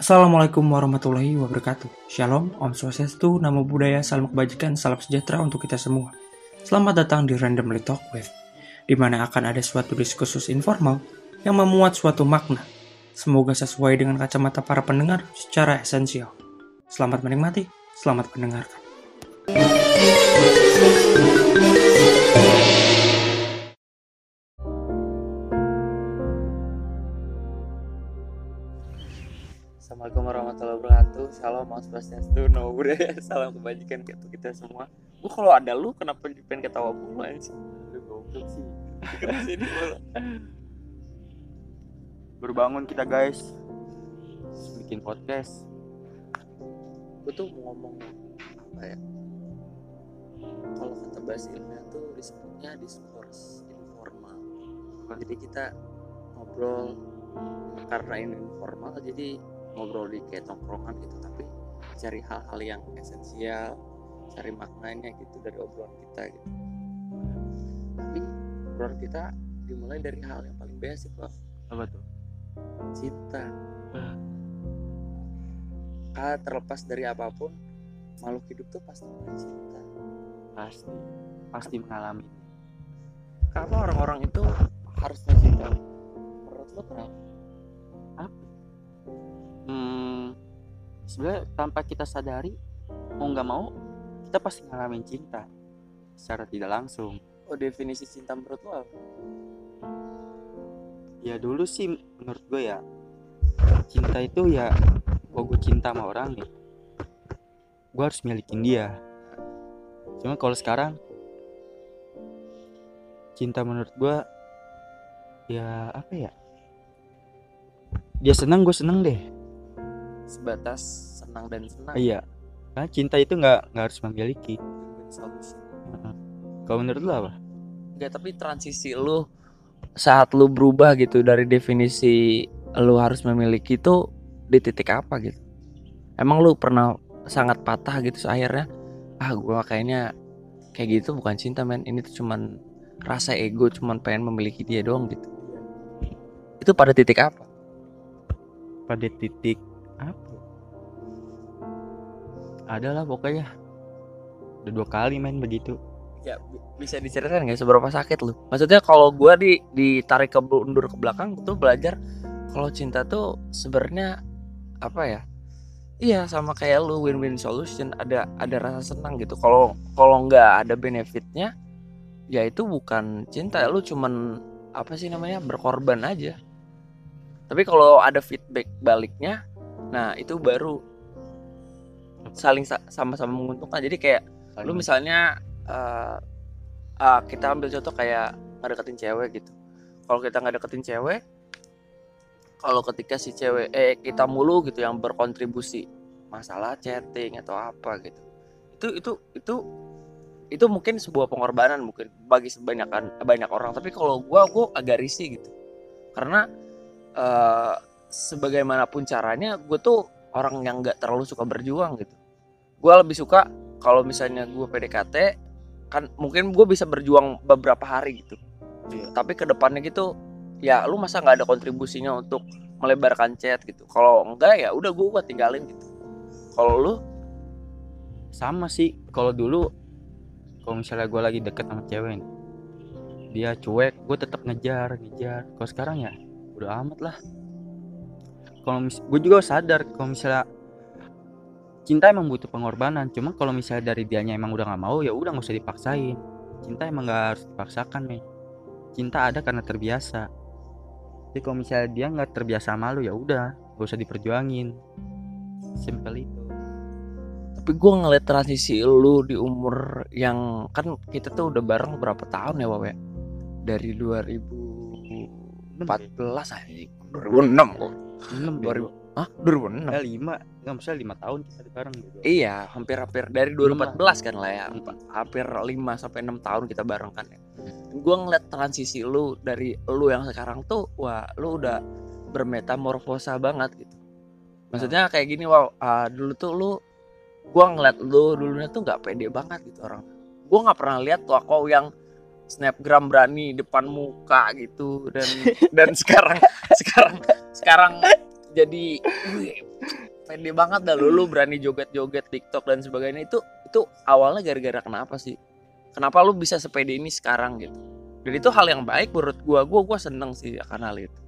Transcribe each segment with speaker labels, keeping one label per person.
Speaker 1: Assalamualaikum warahmatullahi wabarakatuh. Shalom, Om Swastiastu, Namo Buddhaya, Salam Kebajikan, Salam Sejahtera untuk kita semua. Selamat datang di Randomly Talk With, di mana akan ada suatu diskursus informal yang memuat suatu makna. Semoga sesuai dengan kacamata para pendengar secara esensial. Selamat menikmati, selamat mendengarkan.
Speaker 2: Assalamualaikum warahmatullahi wabarakatuh. Shalom, Om Swastiastu, Namo Buddhaya, Salam Kebajikan untuk kita semua. Kalau ada lu, kenapa pengen ketawa mulu anjing? Lu goblok sih. Sini
Speaker 3: Baru bangun kita guys, bikin podcast.
Speaker 2: gue tuh mau ngomong apa ya? Kalau kata bahasa ilmiah tuh disebutnya diskurs informal. Jadi kita ngobrol karena ini informal, jadi ngobrol di kayak tongkrongan gitu, tapi cari hal-hal yang esensial, cari maknanya gitu dari obrolan kita gitu. Tapi obrolan kita dimulai dari hal yang paling basic loh.
Speaker 3: Apa tuh?
Speaker 2: Cinta. Terlepas dari apapun, makhluk hidup tuh pasti punya cinta.
Speaker 3: Pasti mengalami.
Speaker 2: Kenapa orang-orang itu harus mencinta? Menurut lo kenapa?
Speaker 3: Sebenarnya tanpa kita sadari, mau nggak mau kita pasti ngalamin cinta secara tidak langsung.
Speaker 2: Oh, definisi cinta menurut lo apa?
Speaker 3: Ya dulu sih menurut gue ya, cinta itu ya, kalau gue cinta sama orang nih, gue harus milikin dia. Cuma kalau sekarang, cinta menurut gue ya apa ya, dia senang gue senang deh.
Speaker 2: Sebatas senang dan senang.
Speaker 3: Iya, karena cinta itu nggak harus memiliki.
Speaker 2: Solusi.
Speaker 3: Kalau menurut lu apa?
Speaker 2: Enggak, tapi transisi lu saat lu berubah gitu dari definisi lu harus memiliki itu di titik apa gitu? Emang lu pernah sangat patah gitu akhirnya gua kayaknya kayak gitu bukan cinta men, ini tuh cuman rasa ego, cuman pengen memiliki dia doang gitu. Itu pada titik apa?
Speaker 3: Pada titik apa? Adalah pokoknya udah 2 kali main begitu.
Speaker 2: Ya bisa diceritakan nggak seberapa sakit lu? Maksudnya kalau gue ditarik mundur ke belakang tuh belajar kalau cinta tuh sebenarnya apa ya? Iya sama kayak lu, win-win solution, ada rasa senang gitu. Kalau nggak ada benefitnya, ya itu bukan cinta, lu cuman apa sih namanya, berkorban aja. Tapi kalau ada feedback baliknya, nah itu baru saling sama-sama menguntungkan. Jadi kayak lu misalnya kita ambil contoh kayak ngedeketin cewek gitu. Kalau kita ngedeketin cewek, kalau ketika si cewek kita mulu gitu yang berkontribusi masalah chatting atau apa gitu, itu mungkin sebuah pengorbanan mungkin bagi banyak orang. Tapi kalau gue agak risih gitu, karena sebagaimanapun caranya gue tuh orang yang nggak terlalu suka berjuang gitu. Gue lebih suka kalau misalnya gue PDKT kan mungkin gue bisa berjuang beberapa hari gitu, tapi kedepannya gitu ya lu masa nggak ada kontribusinya untuk melebarkan chat gitu. Kalau enggak ya udah gue tinggalin gitu. Kalau lu?
Speaker 3: Sama sih. Kalau dulu kalau misalnya gue lagi deket sama cewek nih, dia cuek, gue tetap ngejar. Kalau sekarang ya udah amat lah. Kalau gue juga sadar kalau misalnya cinta emang butuh pengorbanan. Cuma kalau misalnya dari dianya emang udah nggak mau, ya udah nggak usah dipaksain. Cinta emang nggak harus dipaksakan nih. Cinta ada karena terbiasa. Jadi kalau misalnya dia nggak terbiasa sama lu, ya udah nggak usah diperjuangin. Simpel itu.
Speaker 2: Tapi gue ngeliat transisi lu di umur yang kan kita tuh udah bareng berapa tahun ya Wawe? Dari 2014 aja. 2006 kok. 2006.
Speaker 3: 5. Enggak, misalnya 5 tahun kita bareng gitu.
Speaker 2: Iya, hampir dari 2014 kan lah ya. Hampir 5 sampai 6 tahun kita bareng kan ya. Gue ngeliat transisi lu dari lu yang sekarang tuh, wah, lu udah bermetamorfosa banget gitu. Maksudnya kayak gini, dulu tuh gue ngeliat lu dulunya tuh nggak pede banget gitu orang. Gue nggak pernah lihat tuh aku yang snapgram berani depan muka gitu dan sekarang jadi pede banget dah lu berani joget-joget TikTok dan sebagainya. Itu awalnya gara-gara kenapa sih? Kenapa lu bisa sepede ini sekarang gitu? Dan itu hal yang baik menurut gua seneng sih akan hal itu.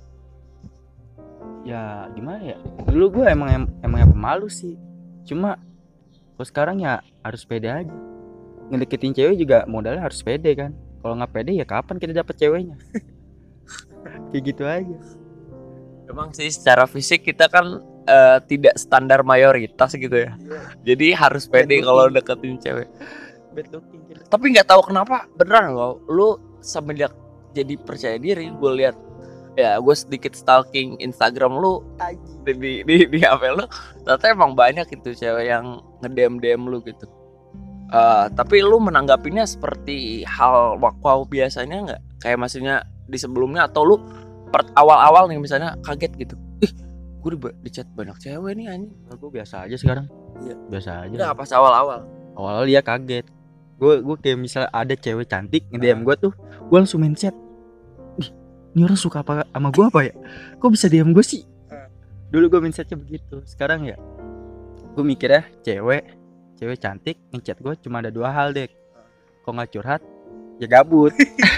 Speaker 3: Ya gimana ya, dulu gue emang yang pemalu sih, cuma kalau sekarang ya harus pede aja. Ngedeketin cewek juga modalnya harus pede kan. Kalau nggak pede ya kapan kita dapet ceweknya? Kayak gitu aja.
Speaker 2: Emang sih secara fisik kita kan tidak standar mayoritas gitu ya. Jadi harus pede kalau deketin cewek.
Speaker 3: Bad looking gitu.
Speaker 2: Tapi nggak tahu kenapa beneran loh, lu semenjak jadi percaya diri, gue lihat ya, gue sedikit stalking Instagram lu di HP lu, ternyata emang banyak gitu cewek yang nge-DM lu gitu. Tapi lu menanggapinya seperti hal wow biasanya nggak? Kayak maksudnya di sebelumnya, atau lu awal-awal nih misalnya kaget gitu, ih gue di chat banyak cewek nih anjing.
Speaker 3: Gue biasa aja sekarang.
Speaker 2: Iya.
Speaker 3: Biasa aja.
Speaker 2: Udah pas awal-awal
Speaker 3: Dia kaget. Gue kayak misalnya ada cewek cantik nge-DM gue tuh, gue langsung main chat. Ih, ini orang suka apa sama gue apa ya? Kok bisa DM gue sih? Dulu gue main chatnya begitu. Sekarang ya gue mikirnya cewek cantik ngechat gue cuma ada 2 hal deh. Kok nggak curhat ya gabut.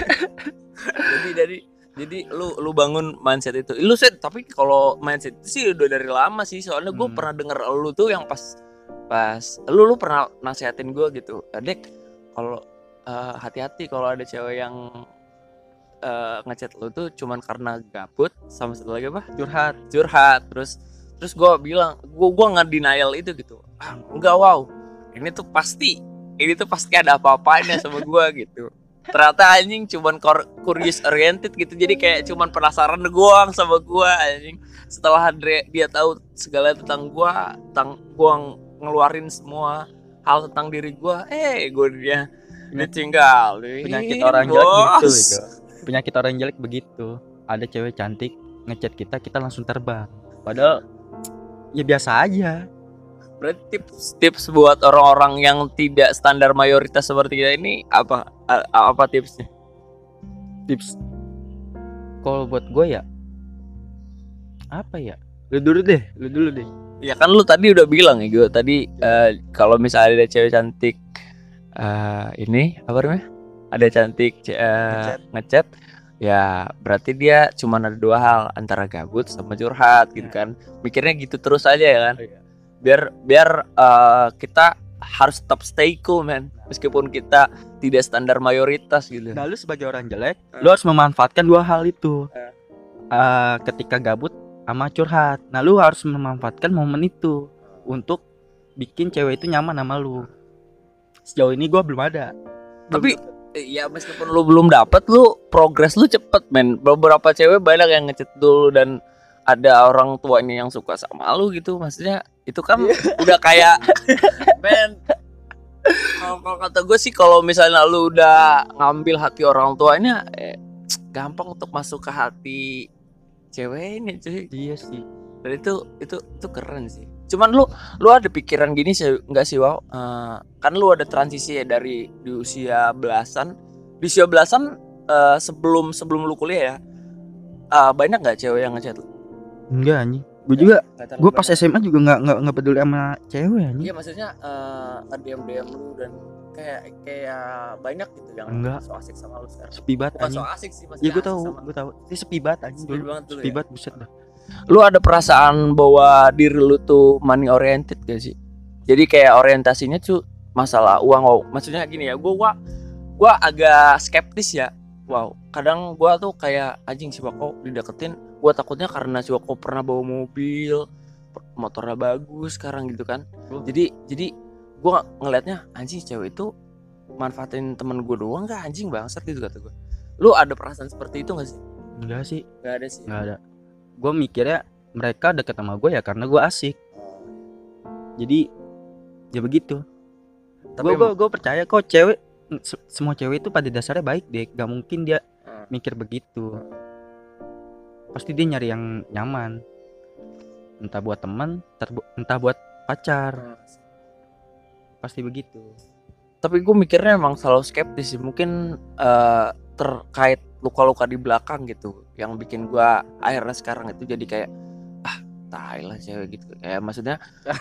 Speaker 2: jadi lu bangun mindset itu. Lu set, tapi kalau mindset itu sih udah dari lama sih. Soalnya gue pernah denger lu tuh yang pas lu pernah nasihatin gue gitu, Dek, kalau hati-hati kalau ada cewek yang ngechat lu tuh cuman karena gabut, sama satu lagi apa, curhat. Terus gue bilang, gue nggak denial itu gitu. Enggak, wow, ini tuh pasti ada apa-apanya sama gue gitu. Ternyata anjing cuman curious oriented gitu. Jadi kayak cuman penasaran doang sama gue anjing. Setelah dia tahu segala tentang gue ngeluarin semua hal tentang diri gue, dia tinggal
Speaker 3: penyakit orang jelek gitu. Penyakit orang jelek begitu. Ada cewek cantik ngechat kita langsung terbang. Padahal ya biasa aja.
Speaker 2: Berarti tips buat orang-orang yang tidak standar mayoritas seperti kita ini apa tipsnya?
Speaker 3: Tips kalau buat gue ya apa ya? Lu dulu deh.
Speaker 2: Ya kan lu tadi udah bilang ya gue tadi, kalau misalnya ada cewek cantik ini apa namanya? Ada cantik ngechat, ya berarti dia cuma ada 2 hal, antara gabut sama curhat gitu kan. Mikirnya gitu terus aja ya kan. Biar kita harus tetap stay cool man, meskipun kita tidak standar mayoritas gitu.
Speaker 3: Nah, lu sebagai orang jelek, lu harus memanfaatkan 2 hal itu. Ketika gabut sama curhat. Nah, lu harus memanfaatkan momen itu untuk bikin cewek itu nyaman sama lu. Sejauh ini gua belum ada.
Speaker 2: Tapi ya meskipun lu belum dapet, lu progres lu cepet men. Beberapa cewek banyak yang ngechat dulu dan ada orang tua ini yang suka sama lu gitu. Maksudnya itu kan udah kayak men, kalau kata gue sih, kalau misalnya lu udah ngambil hati orang tuanya, gampang untuk masuk ke hati ceweknya cuy.
Speaker 3: Iya sih.
Speaker 2: Dan itu keren sih. Cuman lu ada pikiran gini sih nggak sih, wow? Kan lu ada transisi ya dari di usia belasan. Di usia belasan, sebelum lu kuliah ya, banyak nggak cewek yang ngechat lu?
Speaker 3: Enggak anjing. Gue pas SMA juga nggak peduli sama cewek anjing.
Speaker 2: Iya, maksudnya DM lu dan kayak banyak gitu yang so asik sama lu sekarang.
Speaker 3: Sepi banget anjing.
Speaker 2: Bukan so asik sih,
Speaker 3: ya gue tahu. Ini sepi banget anjing.
Speaker 2: Sepi banget
Speaker 3: buset dah.
Speaker 2: Lu ada perasaan bahwa diri lu tuh money oriented gak sih? Jadi kayak orientasinya tuh masalah uang. Wow, maksudnya gini ya, gua agak skeptis ya. Wow, kadang gua tuh kayak anjing, si Wako dideketin, gua takutnya karena si Wako pernah bawa mobil, motornya bagus sekarang gitu kan. Jadi gua ngelihatnya anjing, cewek itu manfaatin temen gua doang gak, anjing bangsat gitu kata gua. Lu ada perasaan seperti itu gak sih?
Speaker 3: Enggak sih.
Speaker 2: Gak ada sih.
Speaker 3: Enggak ada. Gue mikirnya mereka deket sama gue ya karena gue asik. Jadi ya begitu. Tapi gue percaya kok cewek, semua cewek itu pada dasarnya baik deh. Gak mungkin dia mikir begitu. Pasti dia nyari yang nyaman. Entah buat teman, entah buat pacar. Pasti begitu.
Speaker 2: Tapi gue mikirnya emang selalu skeptis sih. Mungkin terkait luka-luka di belakang gitu yang bikin gue akhirnya sekarang itu jadi kayak tai lah cewek gitu. Ya maksudnya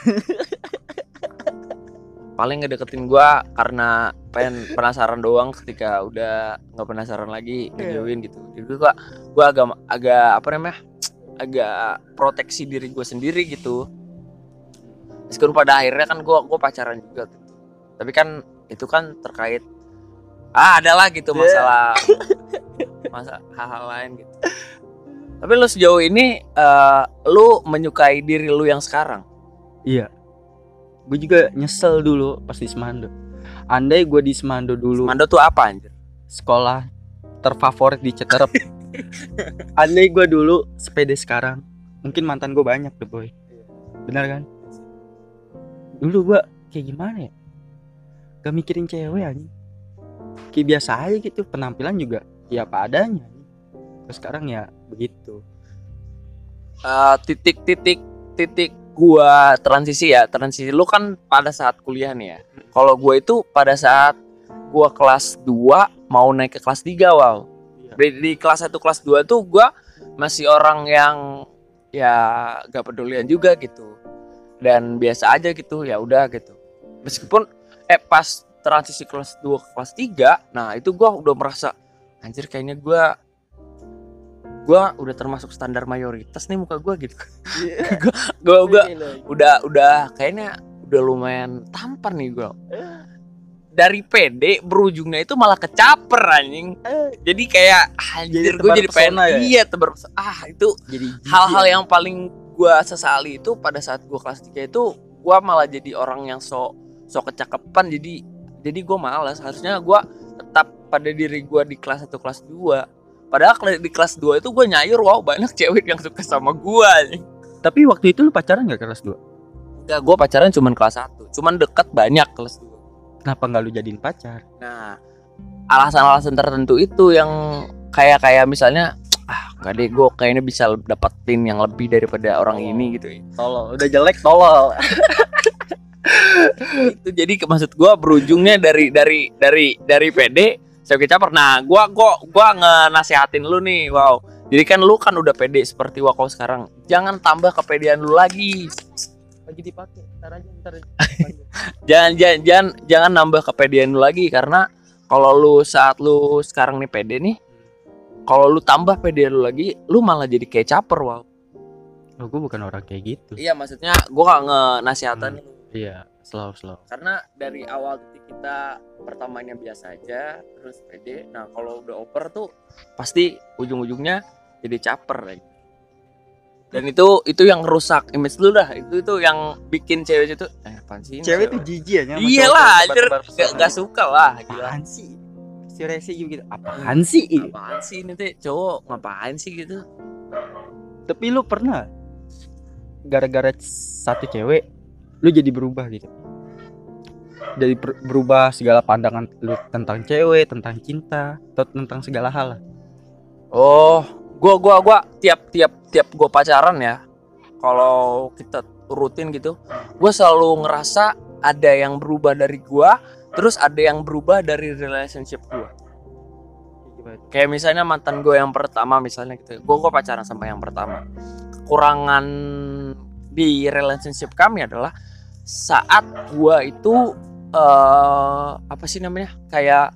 Speaker 2: paling ngedeketin gua karena pengen penasaran doang, ketika udah nggak penasaran lagi ngejauhin gitu. Jadi gua agak apa namanya, agak proteksi diri gua sendiri gitu. Meskipun pada akhirnya kan gua pacaran juga gitu. Tapi kan itu kan terkait adalah gitu masalah hal-hal lain gitu. Tapi lu sejauh ini lu menyukai diri lu yang sekarang?
Speaker 3: Iya. Gue juga nyesel dulu pas di Semando. Andai gue di Semando dulu.
Speaker 2: Semando tuh apa anjir?
Speaker 3: Sekolah terfavorit di Citerep. Andai gue dulu sepede sekarang, mungkin mantan gue banyak tuh boy. Benar kan? Dulu gue kayak gimana ya? Gak mikirin cewek aja. Kayak biasa aja gitu. Penampilan juga ya apa adanya. Terus sekarang ya begitu.
Speaker 2: Titik gua transisi lu kan pada saat kuliah nih ya. Kalau gua itu pada saat gua kelas 2 mau naik ke kelas 3. Wow. Di kelas 1 kelas 2 tuh gua masih orang yang ya gak pedulian juga gitu. Dan biasa aja gitu, ya udah gitu. Meskipun pas transisi kelas 2 ke kelas 3, nah itu gua udah merasa anjir kayaknya gua udah termasuk standar mayoritas nih muka gua gitu. Gua udah kayaknya udah lumayan tampan nih gua. Dari pede berujungnya itu malah kecaper anjing. Jadi kayak anjir gua jadi pengen tebar itu jadi hal-hal yang paling gua sesali itu pada saat gua kelas 3 itu gua malah jadi orang yang sok kecakepan, jadi gua malas. Harusnya gua tetap pada diri gua di kelas 1 kelas 2. Padahal di kelas 2 itu gue nyayur, wow banyak cewek yang suka sama gue.
Speaker 3: Tapi waktu itu lu pacaran gak kelas 2?
Speaker 2: Enggak, gue pacaran cuman kelas 1. Cuman deket banyak kelas 2.
Speaker 3: Kenapa gak lu jadiin pacar?
Speaker 2: Nah, alasan-alasan tertentu itu yang kayak misalnya enggak deh, gue kayaknya bisa dapetin yang lebih daripada orang ini gitu.
Speaker 3: Tolol, udah jelek tolol.
Speaker 2: Itu jadi maksud gue berujungnya dari PD saya caper. Nah, gua ngenasihatin lu nih, wow. Jadi kan lu kan udah pede seperti Wako sekarang. Jangan tambah kepedean lu lagi. Lagi dipakai, ntar. Jangan nambah kepedean lu lagi, karena kalau lu saat lu sekarang nih pede nih, kalau lu tambah pedean lu lagi, lu malah jadi kayak caper, wow.
Speaker 3: Oh, gue bukan orang kayak gitu.
Speaker 2: Iya, maksudnya gua gak ngenasihatin lu.
Speaker 3: Iya, slow.
Speaker 2: Karena dari awal kita pertamanya biasa aja, terus pede. Nah kalau udah over tuh pasti ujung-ujungnya jadi caper lagi. Dan itu yang rusak image lu dah. Itu yang bikin cewek itu apaan sih?
Speaker 3: Cewek tuh jijik aja.
Speaker 2: Iyalah, anjir gak suka lah.
Speaker 3: Apaan sih? Si Resi juga gitu. Apaan sih ini
Speaker 2: teh cowok ngapain sih gitu.
Speaker 3: Tapi lu pernah gara-gara satu cewek lu jadi berubah gitu? Jadi berubah segala pandangan lu tentang cewek, tentang cinta, atau tentang segala hal lah.
Speaker 2: Oh, gua tiap gua pacaran ya, kalau kita rutin gitu, gua selalu ngerasa ada yang berubah dari gua, terus ada yang berubah dari relationship gua. Kayak misalnya mantan gua yang pertama misalnya gitu, gua pacaran sama yang pertama. Kekurangan di relationship kami adalah saat gua itu apa sih namanya, kayak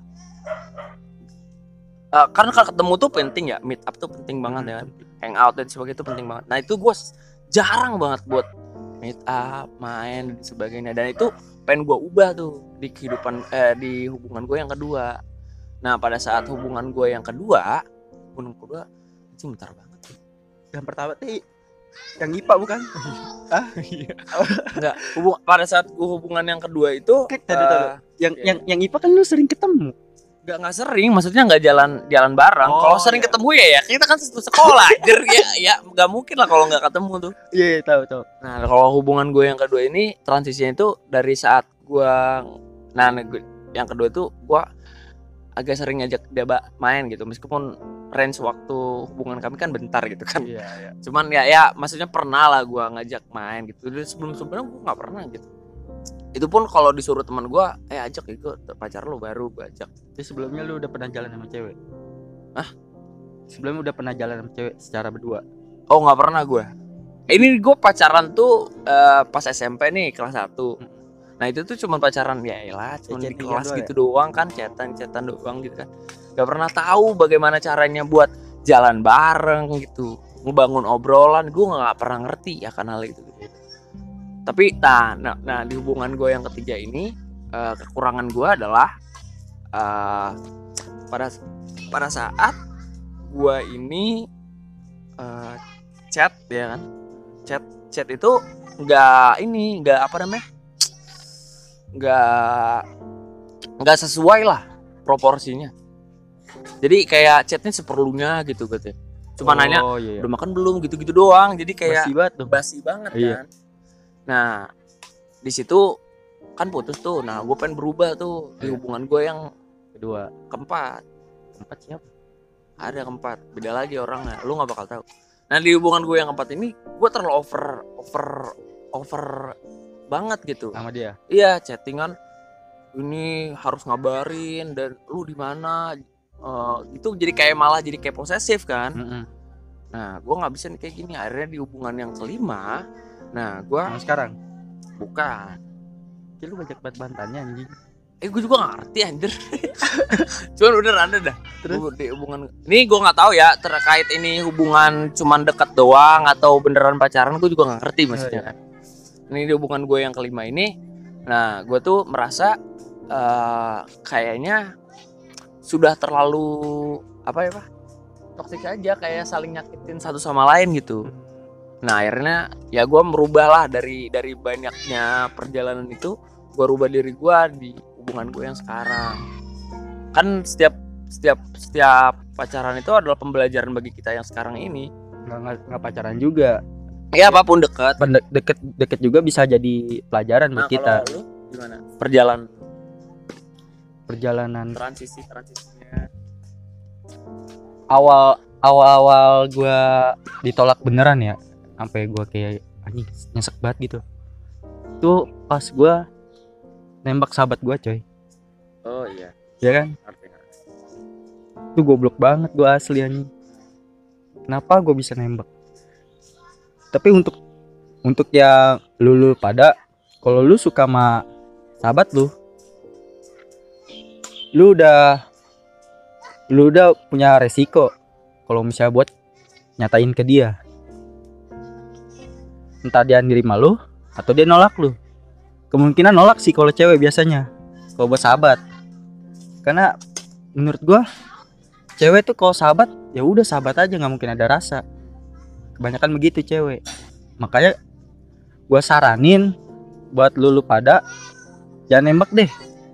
Speaker 2: karena kalau ketemu tuh penting ya, meet up tuh penting banget ya, hangout dan sebagainya itu penting banget. Nah itu gue jarang banget buat meet up, main dan sebagainya, dan itu pengen gue ubah tuh di kehidupan di hubungan gue yang kedua. Nah pada saat hubungan gue yang kedua itu bentar banget.
Speaker 3: Yang pertama tuh yang IPA bukan?
Speaker 2: Enggak, pada saat hubungan yang kedua itu
Speaker 3: yang IPA kan lu sering ketemu.
Speaker 2: Enggak sering, maksudnya enggak jalan bareng. Kalau sering ketemu ya kita kan satu sekolah. ya enggak mungkin lah kalau enggak ketemu tuh.
Speaker 3: Iya, tahu.
Speaker 2: Nah, kalau hubungan gue yang kedua ini transisinya itu dari saat yang kedua itu gue agak sering ngajak dia main gitu, meskipun range waktu hubungan kami kan bentar gitu kan.
Speaker 3: Iya.
Speaker 2: Cuman ya maksudnya pernah lah gue ngajak main gitu. Dari sebelumnya gue nggak pernah gitu. Itu pun kalau disuruh teman gue, ajak ya, gue pacar lu baru gue ajak.
Speaker 3: Jadi sebelumnya lu udah pernah jalan sama cewek? Sebelumnya udah pernah jalan sama cewek secara berdua?
Speaker 2: Oh nggak pernah gue. Ini gue pacaran tuh pas SMP nih kelas 1. Nah itu tuh cuma pacaran ya elah, cuma di
Speaker 3: Chattingan
Speaker 2: kelas
Speaker 3: doang
Speaker 2: gitu doang kan, chatan doang gitu kan. Gak pernah tahu bagaimana caranya buat jalan bareng gitu, ngebangun obrolan. Gue nggak pernah ngerti akan hal itu. Tapi nah di hubungan gue yang ketiga ini kekurangan gue adalah pada saat gue ini chat ya kan, chat itu nggak apa namanya, nggak sesuai lah proporsinya. Jadi kayak chatnya seperlunya gitu katanya. Cuma nanya
Speaker 3: iya.
Speaker 2: udah makan belum gitu-gitu doang. Jadi kayak
Speaker 3: basi
Speaker 2: banget
Speaker 3: Iya.
Speaker 2: kan. Nah di situ kan putus tuh. Nah gue pengen berubah tuh di hubungan gue yang
Speaker 3: Kedua.
Speaker 2: keempat.
Speaker 3: Keempat siapa?
Speaker 2: Ada keempat, beda lagi orangnya, lu nggak bakal tahu. Nah di hubungan gue yang keempat ini gue terlalu over banget gitu
Speaker 3: Sama dia.
Speaker 2: Iya, chattingan ini harus ngabarin dan lu di mana gitu, jadi kayak malah jadi kayak posesif kan. Nah gue nggak bisa nih kayak gini. Akhirnya di hubungan yang kelima, nah gue
Speaker 3: Sama sekarang.
Speaker 2: bukan,
Speaker 3: Lu banyak banget bantannya anjing.
Speaker 2: gue juga gak ngerti anjir. Cuman udah ada dah.
Speaker 3: Terus?
Speaker 2: Gua di hubungan ini gue nggak tahu ya terkait ini hubungan cuman dekat doang atau beneran pacaran, gue juga nggak ngerti maksudnya kan. Ini di hubungan gue yang kelima ini, nah gue tuh merasa kayaknya sudah terlalu toksik aja, kayak saling nyakitin satu sama lain gitu. Nah akhirnya ya gue merubah lah dari banyaknya perjalanan itu, gue rubah diri gue di hubungan gue yang sekarang. Kan setiap pacaran itu adalah pembelajaran bagi kita yang sekarang ini.
Speaker 3: Nggak pacaran juga.
Speaker 2: Ya apapun dekat.
Speaker 3: Deket juga bisa jadi pelajaran buat kita.
Speaker 2: Kalau lu gimana? Perjalanan transisinya.
Speaker 3: Awal gue ditolak beneran ya, sampai gue kayak anjing nyesek banget gitu. Tuh pas gue nembak sahabat gue coy.
Speaker 2: Oh iya.
Speaker 3: Ya kan? Tuh goblok banget gue asli anjing. Kenapa gue bisa nembak? Tapi untuk yang lu pada, kalau lu suka sama sahabat lu udah punya resiko kalau misalnya buat nyatain ke dia. Entah dia nerima lu atau dia nolak lu. Kemungkinan nolak sih kalau cewek biasanya, kalau buat sahabat. Karena menurut gua cewek tuh kalau sahabat ya udah sahabat aja, nggak mungkin ada rasa. Kebanyakan begitu cewek. Makanya gua saranin buat lu pada jangan nembak deh.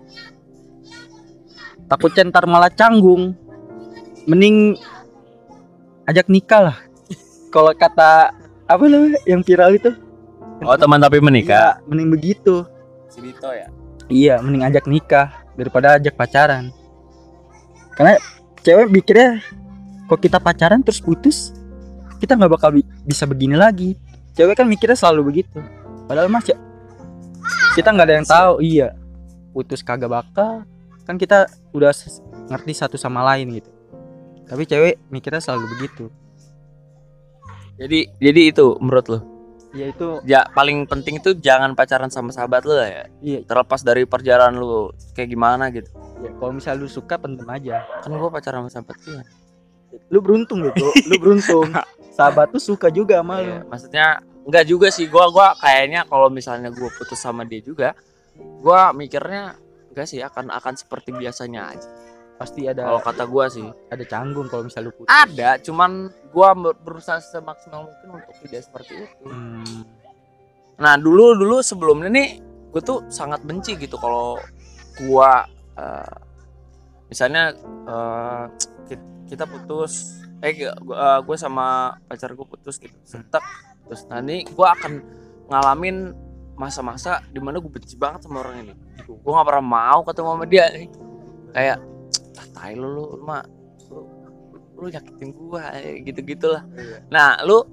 Speaker 3: Takutnya ntar malah canggung. Mending ajak nikah lah. Kalau kata apa namanya yang viral itu?
Speaker 2: Oh teman tapi menikah.
Speaker 3: Iya, mending begitu.
Speaker 2: Si Dito ya.
Speaker 3: Iya, mending ajak nikah daripada ajak pacaran. Karena cewek mikirnya kok kita pacaran terus putus, kita nggak bakal bisa begini lagi. Cewek kan mikirnya selalu begitu. Padahal mas ya, kita nggak ada yang tahu. Iya, putus kagak bakal. Kan kita udah ngerti satu sama lain gitu. Tapi cewek mikirnya selalu begitu.
Speaker 2: Jadi itu menurut lo?
Speaker 3: Ya itu
Speaker 2: Ya paling penting itu jangan pacaran sama sahabat lo ya.
Speaker 3: iya.
Speaker 2: Terlepas dari perjalanan lo kayak gimana gitu.
Speaker 3: Ya, kalau misalnya lu suka pendem aja.
Speaker 2: Kan gua pacaran sama sahabat gue.
Speaker 3: Lu beruntung gitu. Lu beruntung. Sahabat tuh suka juga sama lu.
Speaker 2: Iya, maksudnya enggak juga sih, gua kayaknya kalau misalnya gua putus sama dia juga, gua mikirnya enggak sih, akan seperti biasanya aja.
Speaker 3: Pasti ada.
Speaker 2: Kalau kata gua sih
Speaker 3: Ada canggung kalau misalnya lu putus.
Speaker 2: ada, cuman gua berusaha semaksimal mungkin untuk tidak seperti itu. Nah dulu sebelumnya nih gue tuh sangat benci gitu kalau gua misalnya kita putus, gue sama pacar gue putus gitu, setek, terus nanti gue akan ngalamin masa-masa dimana gue benci banget sama orang ini. Gue nggak pernah mau ketemu sama dia nih. Kayak tai lu mah lu nyakitin gue gitu-gitulah. Nah lu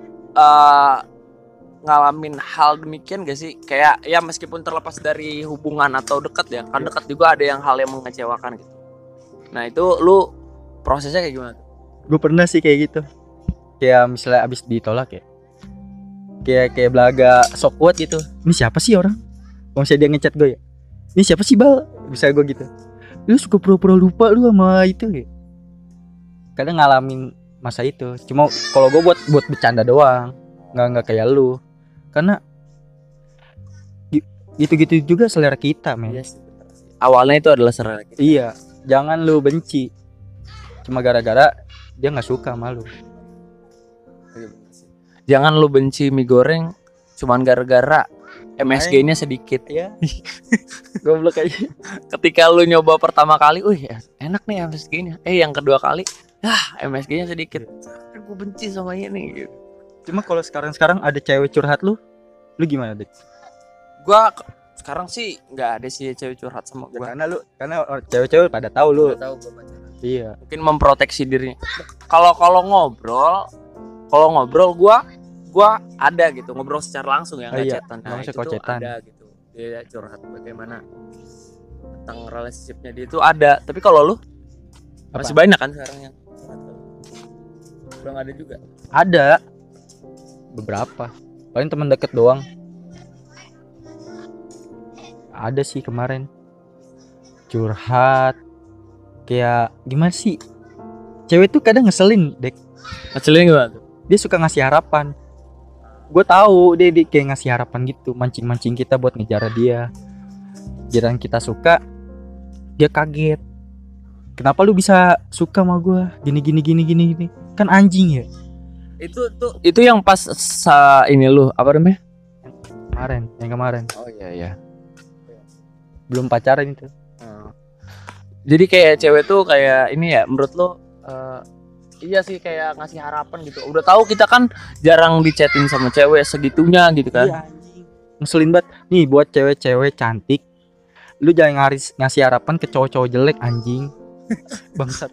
Speaker 2: ngalamin hal demikian gak sih? Kayak ya meskipun terlepas dari hubungan atau dekat ya, kan dekat juga ada yang hal yang mengecewakan gitu. Nah itu lu prosesnya kayak gimana?
Speaker 3: Gue pernah sih kayak gitu. Kayak misalnya abis ditolak ya, kayak belaga sok kuat gitu. Ini siapa sih orang? Kalau misalnya dia ngechat gue ya, ini siapa sih Bal? Bisa gue gitu. Lu suka pura-pura lupa lu sama itu ya. Kadang ngalamin masa itu. Cuma kalau gue buat bercanda doang, nggak kayak lu. Karena gitu-gitu juga selera kita, men.
Speaker 2: Yes. Awalnya itu adalah selera kita.
Speaker 3: Iya, jangan lu benci cuma gara-gara dia nggak suka sama lu.
Speaker 2: Jangan lu benci mie goreng cuman gara-gara MSG-nya sedikit.
Speaker 3: Iya. Goblok aja.
Speaker 2: Ketika lu nyoba pertama kali, enak nih MSG-nya. Yang kedua kali, MSG-nya sedikit. Gue benci sama ini gitu.
Speaker 3: Cuma kalau sekarang ada cewek curhat lu gimana, Dik?
Speaker 2: Gua sekarang sih nggak ada sih cewek curhat sama gua.
Speaker 3: Karena cewek-cewek pada tahu lu.
Speaker 2: Tahu gua pacaran.
Speaker 3: Iya.
Speaker 2: Mungkin memproteksi dirinya. Kalau ngobrol gua ada gitu, ngobrol secara langsung ya, nggak chatan. Nah, itu tuh ada gitu. Dia curhat bagaimana tentang relationship-nya dia itu ada. Tapi kalau lu masih banyak kan sekarang yang curhat. Udah nggak ada juga.
Speaker 3: Ada beberapa. Paling teman deket doang. Ada sih kemarin curhat kayak gimana sih, cewek tuh kadang ngeselin, Dek.
Speaker 2: Ngeselin gimana tuh?
Speaker 3: Dia suka ngasih harapan. Gue tahu dia kayak ngasih harapan gitu, mancing kita buat ngejar dia. Jarang kita suka, dia kaget. Kenapa lu bisa suka sama gue? Gini. Kan anjing ya.
Speaker 2: Itu yang pas ini lu apa namanya?
Speaker 3: Yang kemarin.
Speaker 2: Oh iya.
Speaker 3: Belum pacaran itu.
Speaker 2: Jadi kayak cewek tuh kayak ini ya, menurut lo iya sih kayak ngasih harapan gitu. Udah tahu kita kan jarang dichatin sama cewek segitunya gitu kan.
Speaker 3: Iya, anjing. Ngeselin banget. Nih buat cewek-cewek cantik, lu jangan ngasih harapan ke cowok-cowok jelek, anjing. Bangsat.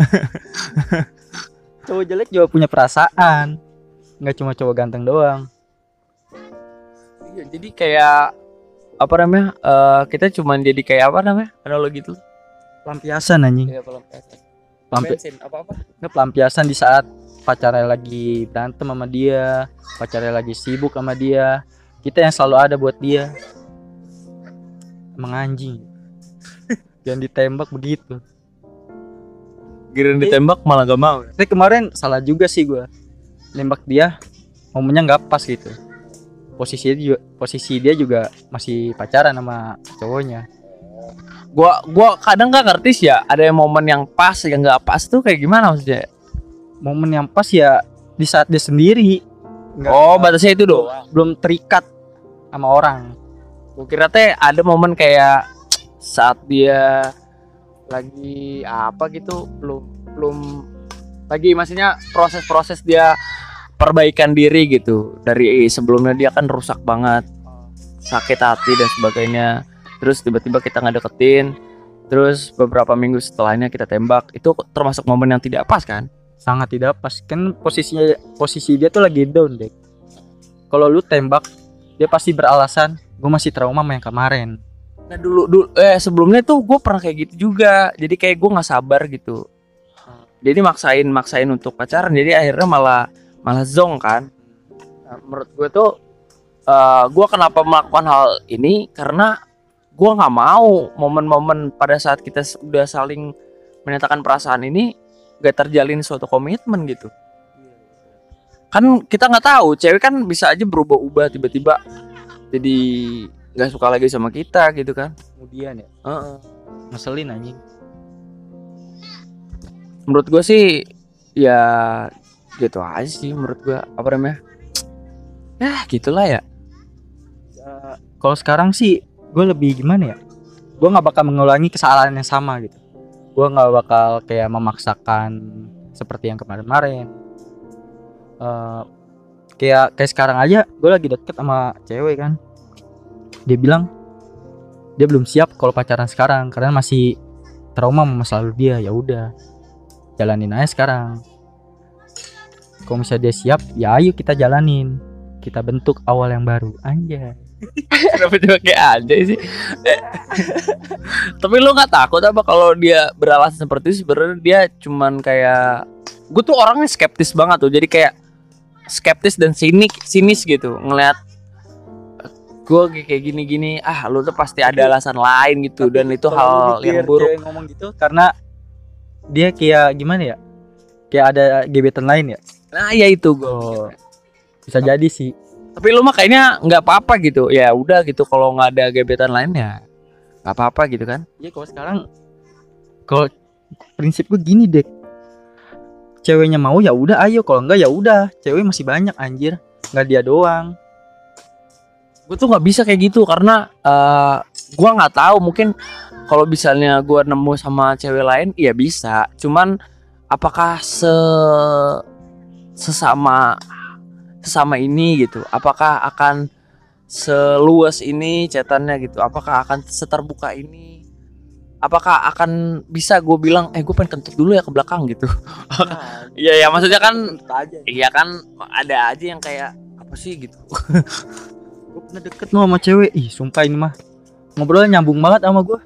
Speaker 3: Cowok jelek juga punya perasaan. Nggak cuma cowok ganteng doang.
Speaker 2: Iya, jadi kayak apa namanya? Kita cuman jadi kayak apa namanya? Analogi itu.
Speaker 3: Pelampiasan, anjing.
Speaker 2: Iya, pelampiasan. Apa-apa?
Speaker 3: Pelampiasan di saat pacarnya lagi berantem sama dia, pacarnya lagi sibuk sama dia. Kita yang selalu ada buat dia. Emang anjing. Jangan ditembak begitu.
Speaker 2: Giliran ditembak malah gak mau.
Speaker 3: Tapi kemarin salah juga sih gue. Nembak dia, momennya nggak pas gitu. Posisi dia juga masih pacaran sama cowoknya.
Speaker 2: Gua kadang nggak ngerti sih ya, ada yang momen yang pas yang nggak pas tuh kayak gimana maksudnya?
Speaker 3: Momen yang pas ya di saat dia sendiri.
Speaker 2: Batasnya itu doang.
Speaker 3: Belum terikat sama orang.
Speaker 2: Gua kira teh ada momen kayak saat dia lagi apa gitu, belum lagi, maksudnya proses dia perbaikan diri gitu. Dari sebelumnya dia kan rusak banget, sakit hati dan sebagainya. Terus tiba-tiba kita nggak deketin, terus beberapa minggu setelahnya kita tembak. Itu termasuk momen yang tidak pas kan?
Speaker 3: Sangat tidak pas. Kan posisi dia tuh lagi down, Dek. Kalau lu tembak, dia pasti beralasan, gue masih trauma sama yang kemarin.
Speaker 2: Nah dulu sebelumnya tuh gue pernah kayak gitu juga. Jadi kayak gue nggak sabar gitu. Jadi maksain untuk pacaran. Jadi akhirnya malah zong kan. Nah, menurut gue tuh gue kenapa melakukan hal ini karena gue nggak mau momen-momen pada saat kita udah saling menyatakan perasaan ini gak terjalin suatu komitmen gitu. Kan kita nggak tahu, cewek kan bisa aja berubah-ubah tiba-tiba jadi nggak suka lagi sama kita gitu kan.
Speaker 3: Kemudian ya ngeselin anjing.
Speaker 2: Menurut gue sih ya gitu aja sih menurut gue, apa namanya, ya gitulah ya.
Speaker 3: Kalau sekarang sih gue lebih gimana ya, gue nggak bakal mengulangi kesalahan yang sama gitu. Gue nggak bakal kayak memaksakan seperti yang kemarin-kemarin. Kayak sekarang aja gue lagi deket sama cewek kan, dia bilang dia belum siap kalau pacaran sekarang karena masih trauma sama masa lalu dia. Ya udah, jalanin aja sekarang. Kalau misalnya dia siap, ya ayo kita jalanin, kita bentuk awal yang baru. Anjay.
Speaker 2: Kenapa cuma kayak aja sih? Tapi lu nggak takut apa kalau dia beralasan seperti itu? Sebenarnya dia cuman kayak, gue tuh orangnya skeptis banget tuh. Jadi kayak skeptis dan sinis gitu ngelihat gue kayak gini-gini. Lu tuh pasti ada alasan lain gitu. Dan itu hal yang buruk.
Speaker 3: Dia ngomong gitu karena dia kayak gimana ya, kayak ada gebetan lain ya.
Speaker 2: Nah ya itu gue
Speaker 3: Bisa jadi sih.
Speaker 2: tapi lu mah kayaknya nggak apa-apa gitu. Ya udah gitu, kalau nggak ada gebetan lainnya nggak apa-apa gitu kan.
Speaker 3: Ya kalau sekarang, kalau prinsip gue gini deh, ceweknya mau ya udah ayo, kalau enggak ya udah, cewek masih banyak anjir, nggak dia doang.
Speaker 2: Gue tuh nggak bisa kayak gitu karena gue nggak tahu, mungkin kalau misalnya gue nemu sama cewek lain ya bisa, cuman apakah sesama ini gitu, apakah akan seluas ini chatannya gitu, apakah akan seterbuka ini, apakah akan bisa gue bilang gue pengen kentut dulu ya ke belakang gitu. Iya ya maksudnya kan iya kan ada aja yang kayak apa sih gitu.
Speaker 3: Gue pernah deket sama cewek, sumpah ini mah ngobrolnya nyambung banget sama gue.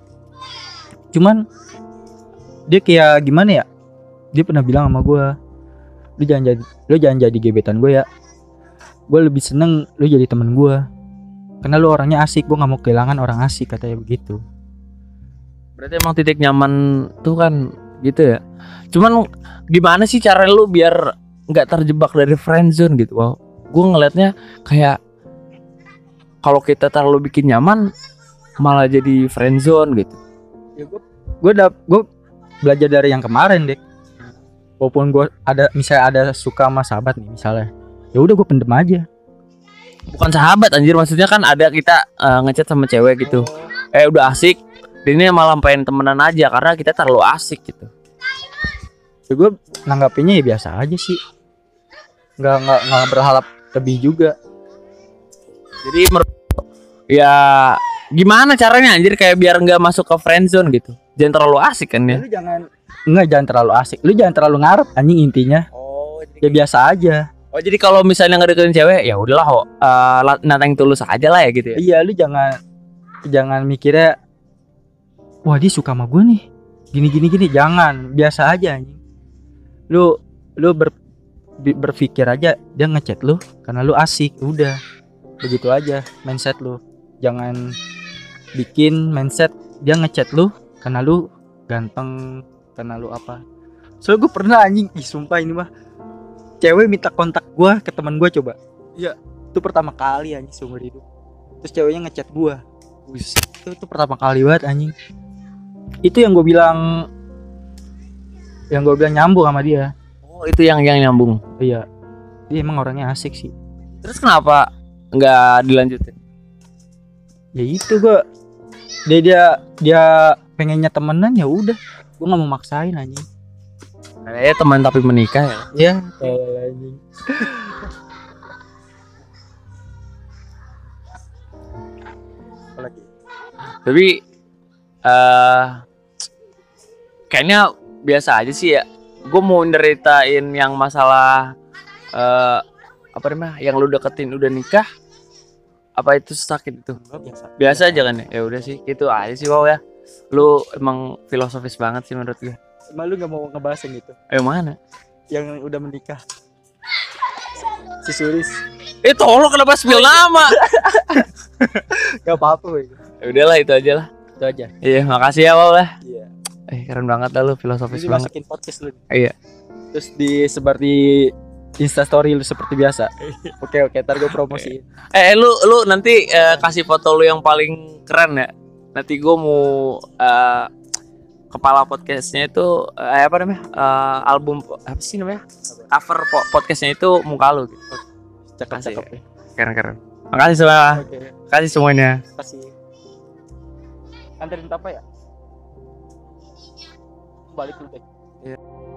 Speaker 3: Cuman dia kayak gimana ya, dia pernah bilang sama gue, lu jangan jadi gebetan gue ya, gue lebih seneng lu jadi temen gue karena lu orangnya asik, gue nggak mau kehilangan orang asik, katanya begitu.
Speaker 2: Berarti emang titik nyaman tuh kan gitu ya. Cuman gimana sih cara lu biar nggak terjebak dari friendzone gitu? Wow, gue ngelihatnya kayak kalau kita terlalu bikin nyaman malah jadi friendzone gitu.
Speaker 3: Ya gue belajar dari yang kemarin deh. Walaupun gue misalnya ada suka sama sahabat nih misalnya, ya udah gue pendem aja.
Speaker 2: Bukan sahabat anjir, maksudnya kan ada kita ngechat sama cewek gitu, udah asik, ini malah pengen temenan aja karena kita terlalu asik gitu.
Speaker 3: Ya gue nanggapinnya ya biasa aja sih, nggak berharap lebih juga.
Speaker 2: Jadi ya gimana caranya anjir kayak biar nggak masuk ke friendzone gitu, jangan terlalu asik kan ya.
Speaker 3: Lu jangan terlalu asik, lu jangan terlalu ngarep anjing intinya. Ya biasa aja.
Speaker 2: Oh jadi kalau misalnya ngedeketin cewek ya udahlah nantang tulus aja lah ya gitu ya.
Speaker 3: Iya, lu jangan mikirnya wah dia suka sama gue nih gini, jangan, biasa aja anjing. Lu berpikir aja dia ngechat lu karena lu asik, udah begitu aja mindset lu. Jangan bikin mindset dia ngechat lu karena lu ganteng, karena lu apa. Soalnya gue pernah anjing, sumpah ini mah, cewek minta kontak gue ke teman gue coba. Iya, itu pertama kali anjing seumur hidup. Terus ceweknya ngechat gue. Itu pertama kali banget anjing. Itu yang gue bilang nyambung sama dia.
Speaker 2: Oh itu yang nyambung.
Speaker 3: Iya, dia emang orangnya asik sih.
Speaker 2: Terus kenapa nggak dilanjutin?
Speaker 3: Ya itu dia pengennya temenan, ya udah, gue nggak mau maksain anjing.
Speaker 2: Kayaknya teman tapi menikah ya.
Speaker 3: Iya, anjing.
Speaker 2: Tapi kayaknya biasa aja sih ya. Gue mau ceritain yang masalah apa namanya, yang lu deketin udah nikah, apa itu sakit itu? Biasa aja kan ya. Ya udah sih, itu aja sih. Wow ya, lu emang filosofis banget sih menurut gue.
Speaker 3: Emang lu gak mau ngebahas yang gitu?
Speaker 2: Mana?
Speaker 3: Yang udah menikah, si Suris.
Speaker 2: Tolong kenapa spill nama?
Speaker 3: Gak apa-apa.
Speaker 2: Ya udahlah, itu aja lah.
Speaker 3: Itu aja.
Speaker 2: Iya, makasih ya Wow lah.
Speaker 3: Iya.
Speaker 2: Keren banget lah lu, filosofis
Speaker 3: Ini
Speaker 2: banget.
Speaker 3: masukin podcast lu.
Speaker 2: Iya.
Speaker 3: Terus disebar di Instastory lu seperti biasa. Oke, ntar gue promosiin.
Speaker 2: Lu nanti kasih foto lu yang paling keren ya. Nanti gue mau kepala podcastnya itu apa namanya, album apa sih namanya, cover podcastnya itu muka lu gitu.
Speaker 3: Cakep ya.
Speaker 2: Keren. Makasih semua.
Speaker 3: Oke.
Speaker 2: Makasih semuanya.
Speaker 3: Kasih. Anterin apa ya? Balik lu deh.
Speaker 2: Iya.